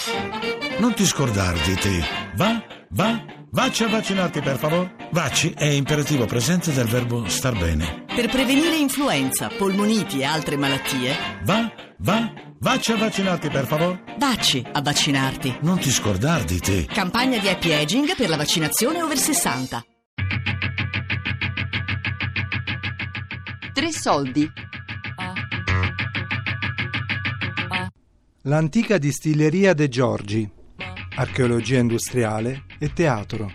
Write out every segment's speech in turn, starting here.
Non ti scordar di te. Vacci a vaccinarti, per favore. Vacci è imperativo presente del verbo star bene. Per prevenire influenza, polmoniti e altre malattie. Vacci a vaccinarti, per favore. Vacci a vaccinarti. Non ti scordar di te. Campagna di Happy Aging per la vaccinazione over 60. 3 soldi. L'antica distilleria De Giorgi, archeologia industriale e teatro,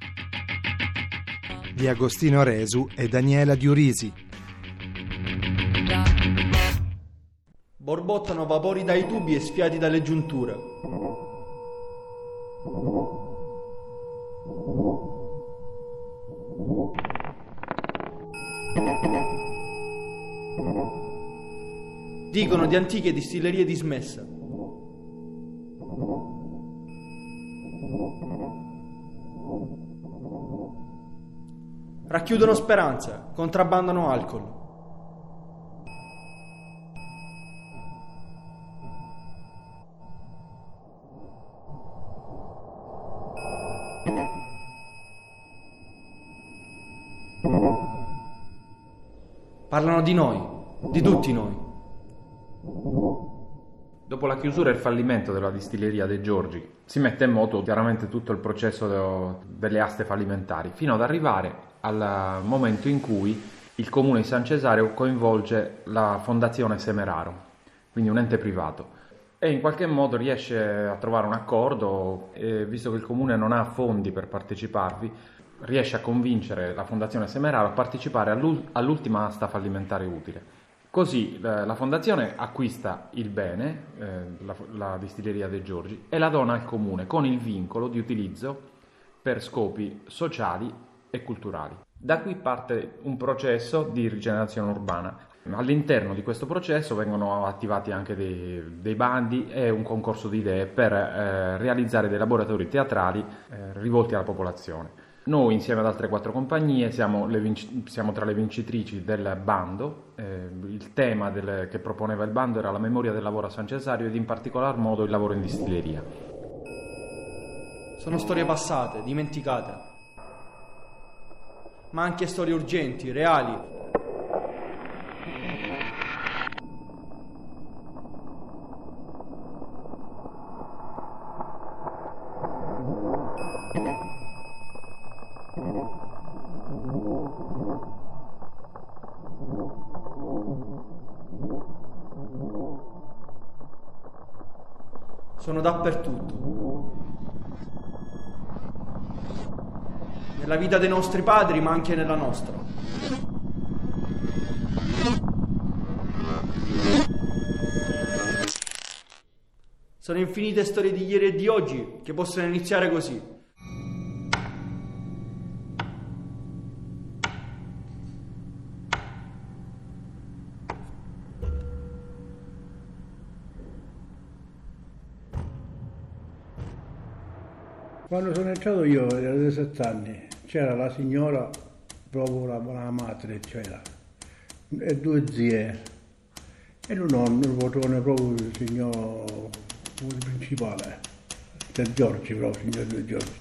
di Agostino Resu e Daniela Diurisi. Borbottano vapori dai tubi e sfiati dalle giunture. Dicono di antiche distillerie dismesse. Racchiudono speranze, contrabbandano alcol. Parlano di noi, di tutti noi. Dopo la chiusura e il fallimento della distilleria De Giorgi si mette in moto chiaramente tutto il processo delle aste fallimentari, fino ad arrivare al momento in cui il comune di San Cesareo coinvolge la Fondazione Semeraro, quindi un ente privato, e in qualche modo riesce a trovare un accordo e, visto che il comune non ha fondi per parteciparvi, riesce a convincere la Fondazione Semeraro a partecipare all'ultima asta fallimentare utile. Così la fondazione acquista il bene, la distilleria De Giorgi, e la dona al comune con il vincolo di utilizzo per scopi sociali e culturali. Da qui parte un processo di rigenerazione urbana. All'interno di questo processo vengono attivati anche dei bandi e un concorso di idee per realizzare dei laboratori teatrali rivolti alla popolazione. Noi, insieme ad altre 4 compagnie, siamo tra le vincitrici del bando. Il tema che proponeva il bando era la memoria del lavoro a San Cesario ed in particolar modo il lavoro in distilleria. Sono storie passate, dimenticate, ma anche storie urgenti, reali. Sono dappertutto. Nella vita dei nostri padri, ma anche nella nostra. Sono infinite storie di ieri e di oggi che possono iniziare così. Quando sono entrato io, avevo 7 anni, c'era la signora, proprio la madre c'era, e 2 zie, e il nonno, il padrone, proprio il signor principale, De Giorgi, proprio il signor De Giorgi.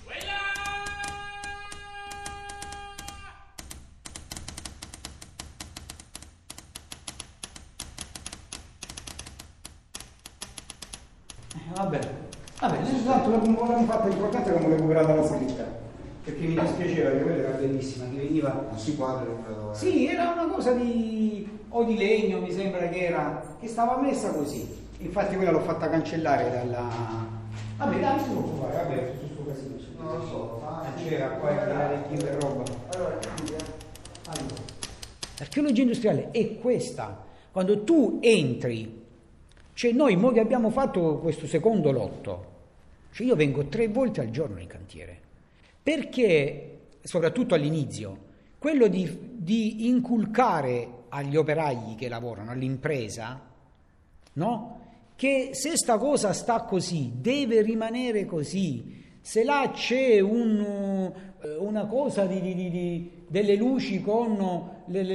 Vabbè, soltanto l'abbiamo fatta importante come recuperata la scritta, perché mi dispiaceva che quella era bellissima, che veniva... Non si quadra, non credo. Sì, era una cosa di legno, mi sembra che stava messa così. Infatti quella l'ho fatta cancellare dalla... Vabbè, dai, tu non puoi fare, vabbè, su sto casino. Non lo so, c'era qua a tirare il chilo e roba. Allora, l'archeologia industriale è questa. Quando tu entri, cioè noi che abbiamo fatto questo secondo lotto, cioè io vengo 3 volte al giorno in cantiere, perché soprattutto all'inizio quello di inculcare agli operai che lavorano, all'impresa, no? Che se sta cosa sta così deve rimanere così, se là c'è una cosa delle luci con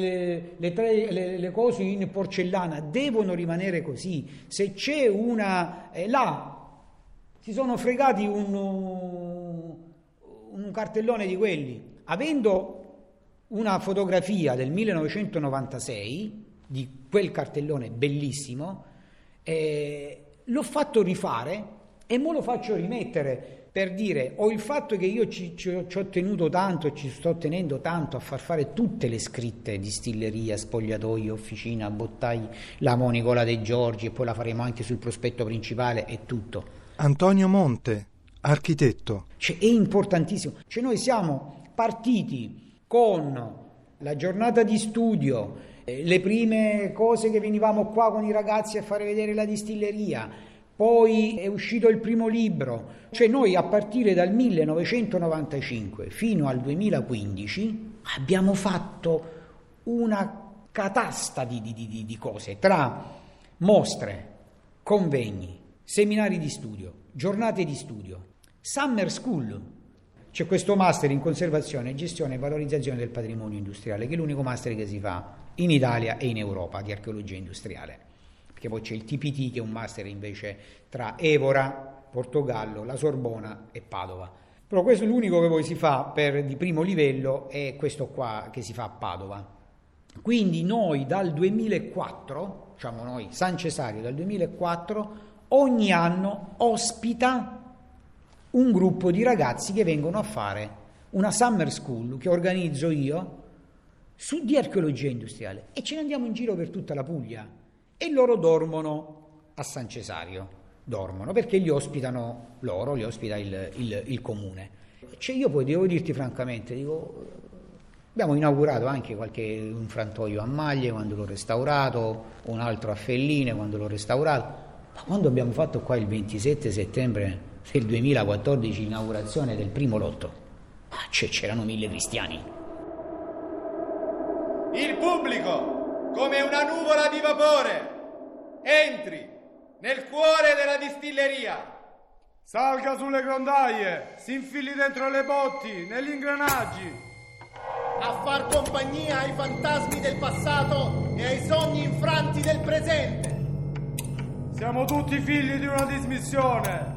le cose in porcellana devono rimanere così, se c'è una là Si sono fregati un cartellone di quelli, avendo una fotografia del 1996 di quel cartellone bellissimo, l'ho fatto rifare e mo lo faccio rimettere per dire: ho il fatto che io ci ho tenuto tanto e ci sto tenendo tanto a far fare tutte le scritte: distilleria, spogliatoio, officina, bottai, la Monicola De Giorgi, e poi la faremo anche sul prospetto principale e tutto. Antonio Monte, architetto. È importantissimo. Noi siamo partiti con la giornata di studio, le prime cose che venivamo qua con i ragazzi a fare vedere la distilleria, poi è uscito il primo libro. Noi a partire dal 1995 fino al 2015 abbiamo fatto una catasta di cose, tra mostre, convegni, seminari di studio, giornate di studio, summer school. C'è questo master in conservazione, gestione e valorizzazione del patrimonio industriale, che è l'unico master che si fa in Italia e in Europa di archeologia industriale, perché poi c'è il TPT, che è un master invece tra Evora, Portogallo, la Sorbona e Padova. Però questo è l'unico che poi si fa di primo livello, è questo qua che si fa a Padova. Quindi noi dal 2004, San Cesario dal 2004, ogni anno ospita un gruppo di ragazzi che vengono a fare una summer school che organizzo io di archeologia industriale, e ce ne andiamo in giro per tutta la Puglia, e loro dormono a San Cesario, perché li ospita il comune. Io poi devo dirti francamente, abbiamo inaugurato anche un frantoio a Maglie quando l'ho restaurato, un altro a Felline quando l'ho restaurato, ma quando abbiamo fatto qua il 27 settembre del 2014 l'inaugurazione del primo lotto, c'erano 1000 cristiani. Il pubblico, come una nuvola di vapore, entri nel cuore della distilleria. Salga sulle grondaie, si infili dentro le botti, negli ingranaggi. A far compagnia ai fantasmi del passato e ai sogni infranti del presente. Siamo tutti figli di una dismissione.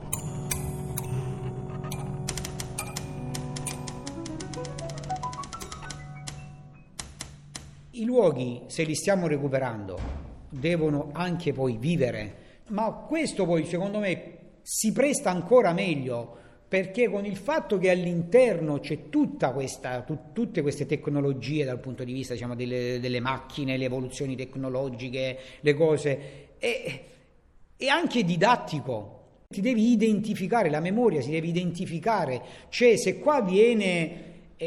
I luoghi, se li stiamo recuperando, devono anche poi vivere, ma questo poi secondo me si presta ancora meglio, perché con il fatto che all'interno c'è tutte queste tecnologie dal punto di vista delle macchine, le evoluzioni tecnologiche, le cose, è anche didattico. Ti devi identificare, la memoria si deve identificare, se qua viene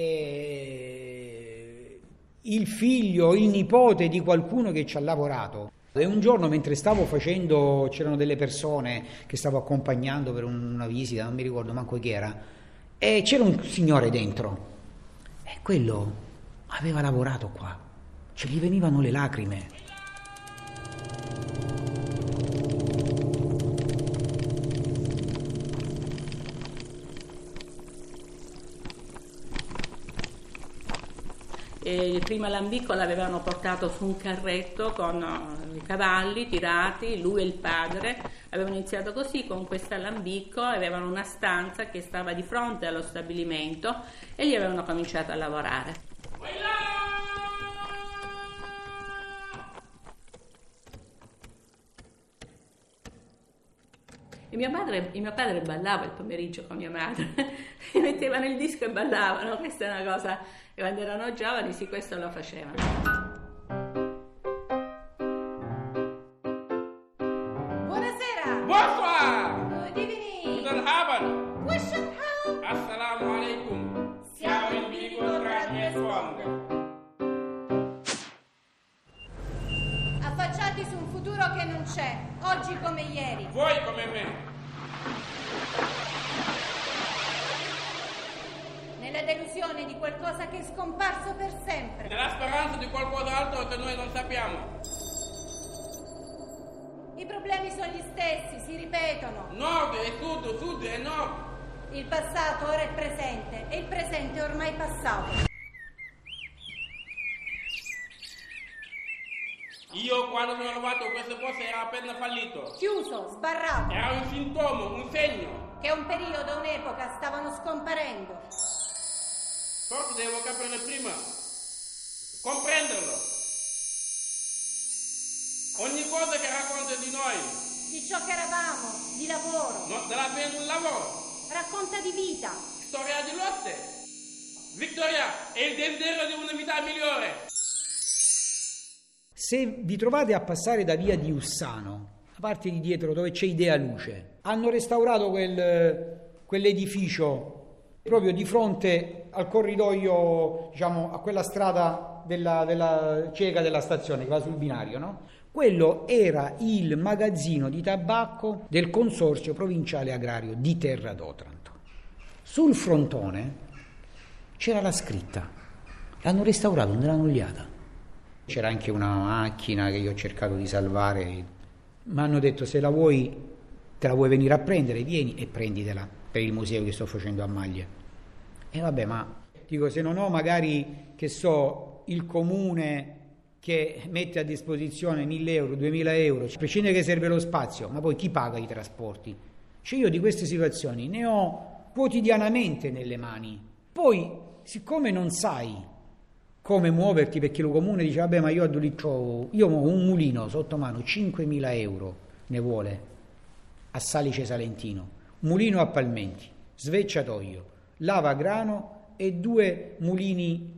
il figlio, il nipote di qualcuno che ci ha lavorato. E un giorno, mentre stavo facendo, c'erano delle persone che stavo accompagnando per una visita, non mi ricordo manco chi era, e c'era un signore dentro, e quello aveva lavorato qua, gli venivano le lacrime. Prima l'ambicco l'avevano portato su un carretto con i cavalli tirati, lui e il padre avevano iniziato così con questo alambicco, avevano una stanza che stava di fronte allo stabilimento e gli avevano cominciato a lavorare. E mio padre ballava il pomeriggio con mia madre, mi mettevano il disco e ballavano, questa è una cosa, e quando erano giovani sì, questo lo facevano. Buonasera! Bonsoir! Good evening! Guten Abend! Guten Abend! Assalamu alaikum! Siamo in vivo tra due song. Affacciati su un futuro che non c'è, oggi come ieri. Voi come me. Nella delusione di qualcosa che è scomparso per sempre. Nella speranza di qualcos'altro che noi non sappiamo. I problemi sono gli stessi, si ripetono. Nord e sud, sud e nord. Il passato ora è presente e il presente è ormai passato. Io quando mi ho trovato questo posto era appena fallito. Chiuso, sbarrato. Era un sintomo, un segno che un periodo, un'epoca stavano scomparendo. Forse devo capire prima, comprenderlo. Ogni cosa che racconta di noi, Di ciò che eravamo, di lavoro. non te la viene un lavoro. Racconta di vita. Storia di lotte. Vittoria è il desiderio di una vita migliore. Se vi trovate a passare da via di Ussano, la parte di dietro dove c'è Idea Luce, hanno restaurato quell'edificio proprio di fronte al corridoio, diciamo, a quella strada della cieca della stazione che va sul binario, no? Quello era il magazzino di tabacco del Consorzio Provinciale Agrario di Terra d'Otranto. Sul frontone c'era la scritta, l'hanno restaurato, non l'hanno oliata. C'era anche una macchina che io ho cercato di salvare, mi hanno detto: se la vuoi, te la vuoi venire a prendere, vieni e prenditela per il museo che sto facendo a Maglie. E vabbè, ma dico, se non ho magari, che so, il comune che mette a disposizione 1.000 euro, 2.000 euro, a prescindere che serve lo spazio, ma poi chi paga i trasporti? Cioè, io di queste situazioni ne ho quotidianamente nelle mani. Poi, siccome non sai come muoverti, perché il comune dice: vabbè, ma io ho un mulino sotto mano, 5.000 euro ne vuole a Salice Salentino, mulino a Palmenti, svecciatoio, lava grano e 2 mulini,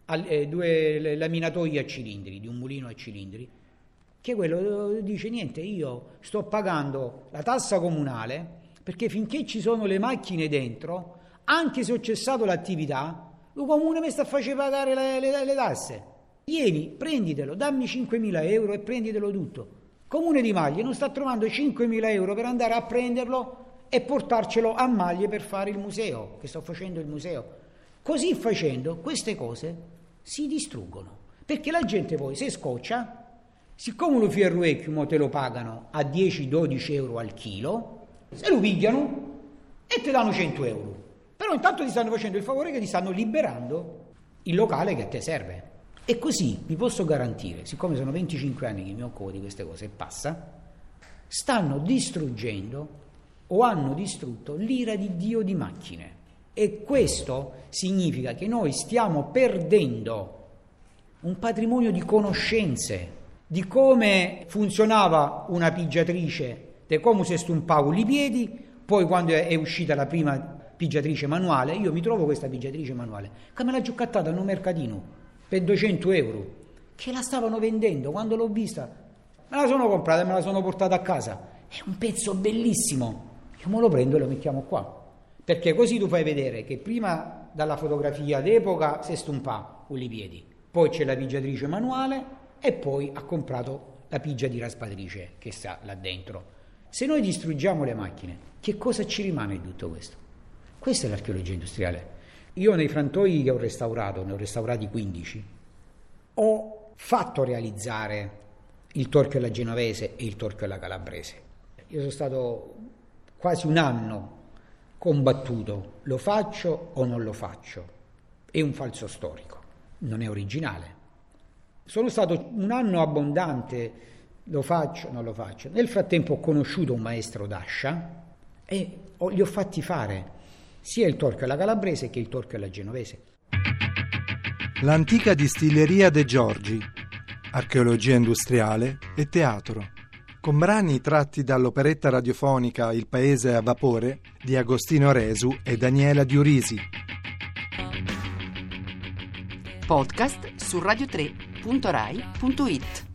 2 laminatoi a cilindri, di un mulino a cilindri, che quello dice: niente, io sto pagando la tassa comunale, perché finché ci sono le macchine dentro, anche se ho cessato l'attività, il comune mi sta facendo pagare le tasse. Vieni, prenditelo, dammi 5.000 euro e prenditelo tutto. Comune di Maglie non sta trovando 5.000 euro per andare a prenderlo e portarcelo a Maglie per fare il museo, che sto facendo il museo. Così facendo, queste cose si distruggono, perché la gente poi si scoccia, siccome lo fierruecchio te lo pagano a 10-12 euro al chilo, se lo pigliano e ti danno 100 euro. Però intanto ti stanno facendo il favore che ti stanno liberando il locale che a te serve. E così vi posso garantire, siccome sono 25 anni che mi occupo di queste cose e passa, stanno distruggendo o hanno distrutto l'ira di Dio di macchine. E questo significa che noi stiamo perdendo un patrimonio di conoscenze, di come funzionava una pigiatrice, di come si stumpavano i piedi. Poi quando è uscita la prima pigiatrice manuale, io mi trovo questa pigiatrice manuale che me l'ha giocattata in un mercatino per 200 euro, che la stavano vendendo. Quando l'ho vista me la sono comprata e me la sono portata a casa. È un pezzo bellissimo, io me lo prendo e lo mettiamo qua, perché così tu fai vedere che prima dalla fotografia d'epoca si stumpa i piedi, poi c'è la pigiatrice manuale e poi ha comprato la pigia di raspatrice che sta là dentro. Se noi distruggiamo le macchine, che cosa ci rimane di tutto questo? Questa è l'archeologia industriale. Io nei frantoi che ho restaurato, ne ho restaurati 15, ho fatto realizzare il torchio alla genovese e il torchio alla calabrese. Io sono stato quasi un anno combattuto, lo faccio o non lo faccio? È un falso storico, non è originale. Sono stato un anno abbondante, lo faccio, non lo faccio. Nel frattempo ho conosciuto un maestro d'ascia e gli ho fatti fare sia il torchio alla calabrese che il torchio alla genovese. L'antica distilleria De Giorgi, archeologia industriale e teatro, con brani tratti dall'operetta radiofonica Il paese a vapore di Agostino Resu e Daniela Diurisi. Podcast su radio3.rai.it.